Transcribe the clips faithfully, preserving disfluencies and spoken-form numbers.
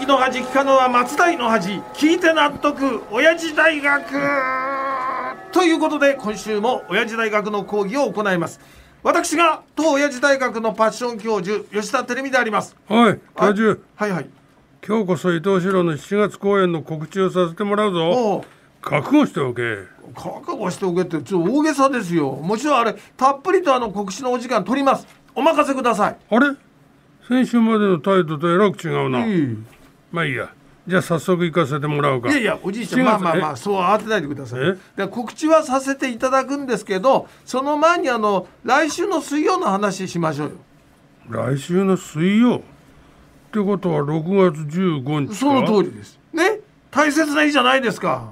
きの恥聞かぬは松代の恥、聞いて納得親父大学ということで、今週も親父大学の講義を行います。私が当親父大学のパッション教授吉田照美であります。 はい、教授。 はいはい。 今日こそ伊藤四郎のしちがつ公演の告知をさせてもらうぞ。覚悟しておけ。 覚悟しておけってちょっと大げさですよ。もちろんあれたっぷりとあの告知のお時間取ります。お任せください。 あれ、先週までの態度とえらく違うな。 いいまあいいや、じゃあ早速行かせてもらうか。 いやいやおじいちゃん、まあまあまあそう慌てないでください。で告知はさせていただくんですけど、その前にあの来週の水曜の話しましょうよ。 来週の水曜ってことはろくがつじゅうごにちか。 その通りですね。大切な日じゃないですか。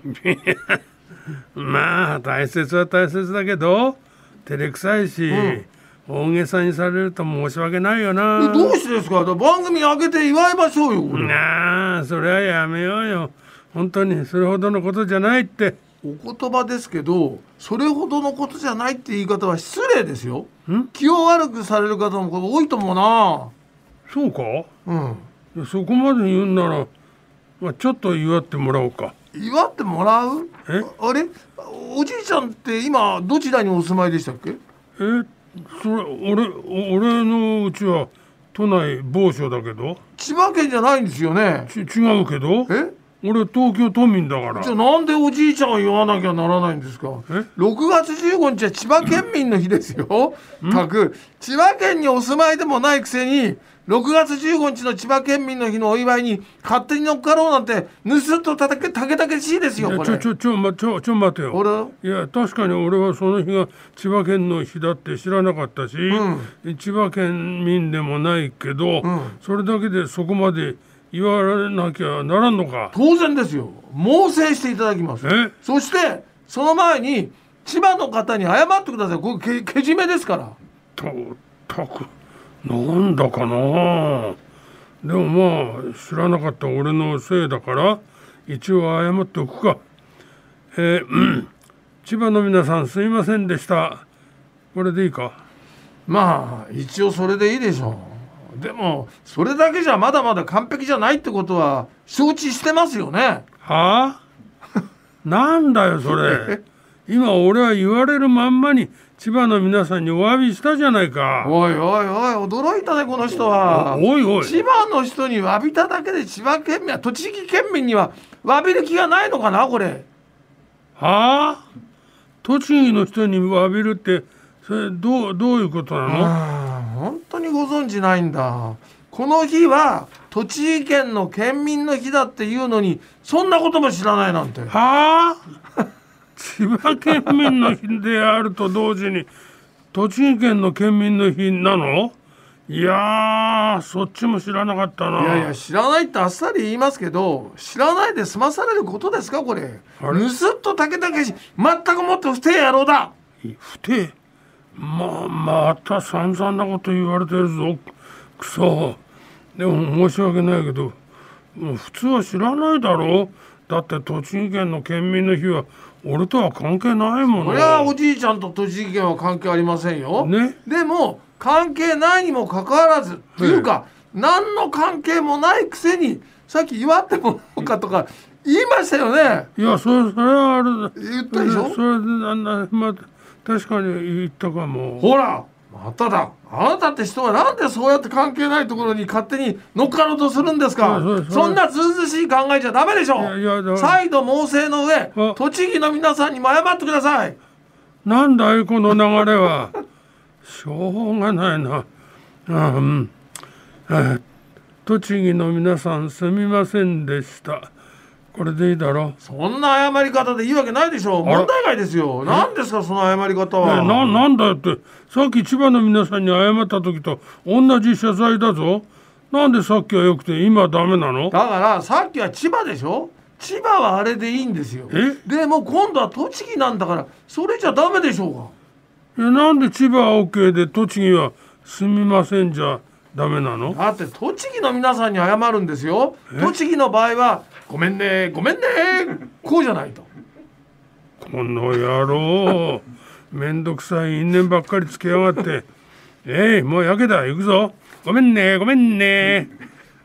まあ大切は大切だけど照れくさいし、うん、大げさにされると申し訳ないよな。 どうしてですか。番組上げて祝いましょうよ。これなあ、それはやめようよ。本当にそれほどのことじゃないって。 お言葉ですけど、それほどのことじゃないって言い方は失礼ですよ。ん気を悪くされる方も多いと思うな。 そうか。 うん。 そこまで言うんなら、まあ、ちょっと祝ってもらおうか。 祝ってもらう？ え？ あれ？おじいちゃんって今どちらにお住まいでしたっけ？ え？それ俺俺のうちは都内某所だけど。 千葉県じゃないんですよね。 ち違うけど。 え？ 俺東京都民だから。 じゃあなんでおじいちゃんが言わなきゃならないんですか。 え？ ろくがつじゅうごにちは千葉県民の日ですよ。たく千葉県にお住まいでもないくせにろくがつじゅうごにちの千葉県民の日のお祝いに勝手に乗っかろうなんてぬすっとたたけたけたけしいですよ。これちょちょちょまちょちょ待てよ。 俺いや確かに俺はその日が千葉県の日だって知らなかったし、うん、千葉県民でもないけど、うん、それだけでそこまで言われなきゃならんのか。 当然ですよ。猛省していただきます。 え？そしてその前に千葉の方に謝ってください。これけけじめですから。 たたくなんだかな。でもまあ知らなかった俺のせいだから一応謝っておくか。えーうん、千葉の皆さんすいませんでした。これでいいか。 まあ一応それでいいでしょう。でもそれだけじゃまだまだ完璧じゃないってことは承知してますよね。 はあなんだよそれ。今俺は言われるまんまに千葉の皆さんにお詫びしたじゃないか。 おいおいおい驚いたねこの人は。 おいおい千葉の人に詫びただけで千葉県民は栃木県民には詫びる気がないのかなこれ。 はあ栃木の人に詫びるってそれどうどういうことなの。 あ本当にご存知ないんだ。この日は栃木県の県民の日だっていうのにそんなことも知らないなんて。 はあ千葉県民の日であると同時に栃木県の県民の日なの。いやーそっちも知らなかったな。 いやいや知らないってあっさり言いますけど知らないで済まされることですかこれ。ぬすっとたけたけし全くもって不定野郎だ。 不定ままた散々なこと言われてるぞくそ。でも申し訳ないけどもう普通は知らないだろう。だって栃木県の県民の日は俺とは関係ないもの。 そりゃおじいちゃんと栃木県は関係ありませんよ、ね、でも関係ないにもかかわらずっていうか何の関係もないくせにさっき祝ってもらおうかとか言いましたよね。 いやそれそれはあれだ言ったでしょ。 それであんな、まあ、確かに言ったかも。 ほらまただ。あなたって人はなんでそうやって関係ないところに勝手に乗っかろうとするんですか。そんなずうずうしい考えじゃダメでしょ。いやいや再度猛省の上栃木の皆さんにも謝ってください。 なんだいこの流れはしょうがないな。あ、うん、え栃木の皆さんすみませんでした。これでいいだろ。 そんな謝り方でいいわけないでしょ。問題外ですよ。何ですかその謝り方は。 な, なんだよってさっき千葉の皆さんに謝った時と同じ謝罪だぞ。なんでさっきはよくて今はダメなの。 だからさっきは千葉でしょ。千葉はあれでいいんですよ。 えでも今度は栃木なんだからそれじゃダメでしょうが。いやなんで千葉は OK で栃木はすみませんじゃダメなの。 だって栃木の皆さんに謝るんですよ。栃木の場合はごめんねごめんねこうじゃないと。 この野郎めんどくさい因縁ばっかりつけやがってえいもうやけだ行くぞごめんねごめんね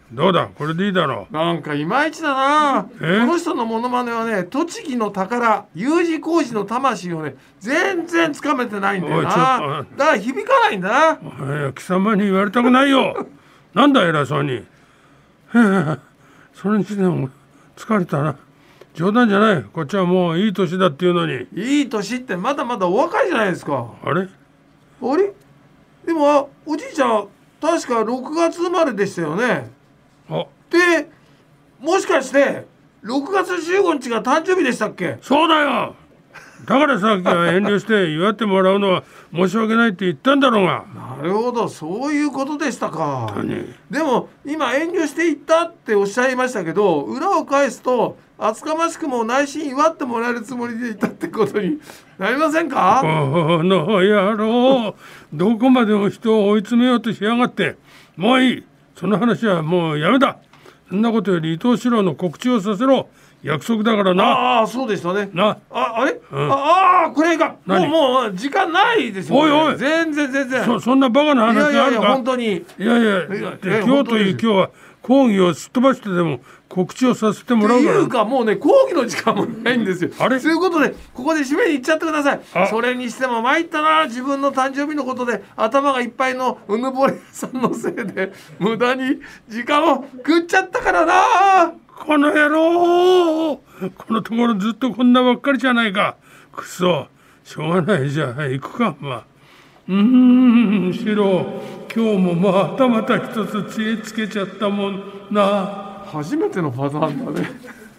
どうだこれでいいだろなんかいまいちだな。こえの人のモノマネはね、栃木の宝 U 字工事の魂をね全然つかめてないんだよおいちょっな。 とだから響かないんだな。 う。いや貴様に言われたくないよなんだ偉そうに。へえそれにしても疲れたな。冗談じゃない。こっちはもういい年だっていうのに。 いい年ってまだまだお若いじゃないですか。 あれあれでもあおじいちゃん確かろくがつ生まれでしたよね。 あでもしかしてろくがつじゅうごにちが誕生日でしたっけ？ そうだよ。だからさっきは遠慮して祝ってもらうのは申し訳ないって言ったんだろうが。 なるほど、そういうことでしたか。 何でも今遠慮していったっておっしゃいましたけど、裏を返すと厚かましくも内心祝ってもらえるつもりでいたってことになりませんか？ この野郎どこまでも人を追い詰めようとしやがって。もういいその話はもうやめだ。そんなことより伊藤四郎の告知をさせろ。約束だからな。 ああそうでしたね。 なああれ、 んああこれがもう何もう時間ないですよ、ね、 おいおい全然全然そそんなバカない話やいやいやあるか。 本当にいやいやいやでえ今日という本当です今日は講義をすっ飛ばしてでも告知をさせてもらってうから。 いうかもうね講義の時間もないんですよ。 あれということでここで締めに行っちゃってください。 あそれにしても参ったな。自分の誕生日のことで頭がいっぱいのうぬぼれさんのせいで無駄に時間を食っちゃったからな。 この野郎このところずっとこんなばっかりじゃないか。くそしょうがない。じゃあ行くか。まあうーんシロ今日もまたまた一つ知恵つけちゃったもんな。 初めてのパターンだね。